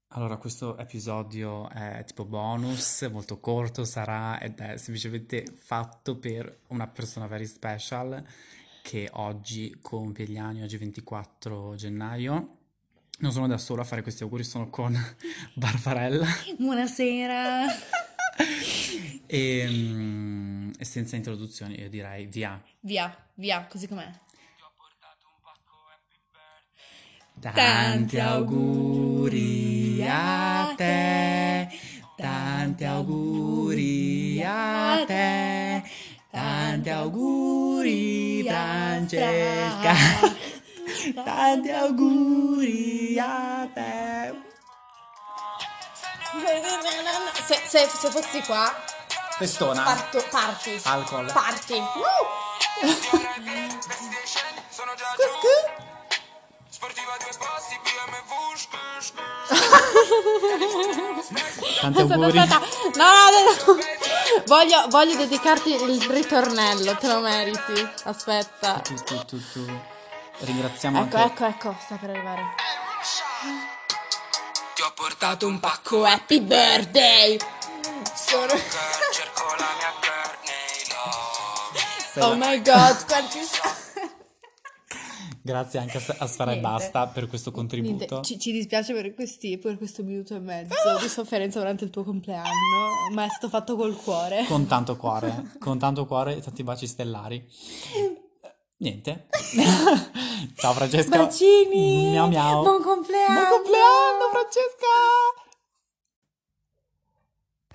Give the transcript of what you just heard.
Allora, questo episodio è tipo bonus, molto corto sarà ed è semplicemente fatto per una persona very special che oggi compie gli anni, oggi è 24 gennaio. Non sono da solo a fare questi auguri, sono con Barbarella. Buonasera. E senza introduzioni, io direi via. Via, via, così com'è. Tanti auguri a te, tanti auguri a te, tanti auguri Francesca, tanti auguri a te. Se fossi qua, Festona, parti, alcol. parti. Tanti Aspetta, auguri. aspetta. No, no, no. Voglio dedicarti il ritornello, te lo meriti. Aspetta. Tu. Ringraziamo Ecco, anche. ecco, ecco, sta per arrivare. Ti ho portato un Pacco, pacco happy birthday. Sono... cerco la mia Courtney Love. Oh my god, quanti... Grazie anche a Sfera e Niente. Basta per questo Niente, contributo. ci dispiace per questo minuto e mezzo di sofferenza durante il tuo compleanno, ma è stato fatto col cuore. Con tanto cuore e tanti baci stellari. Niente. Ciao Francesca. Bacini! Miau miau. Buon compleanno! Buon compleanno Francesca!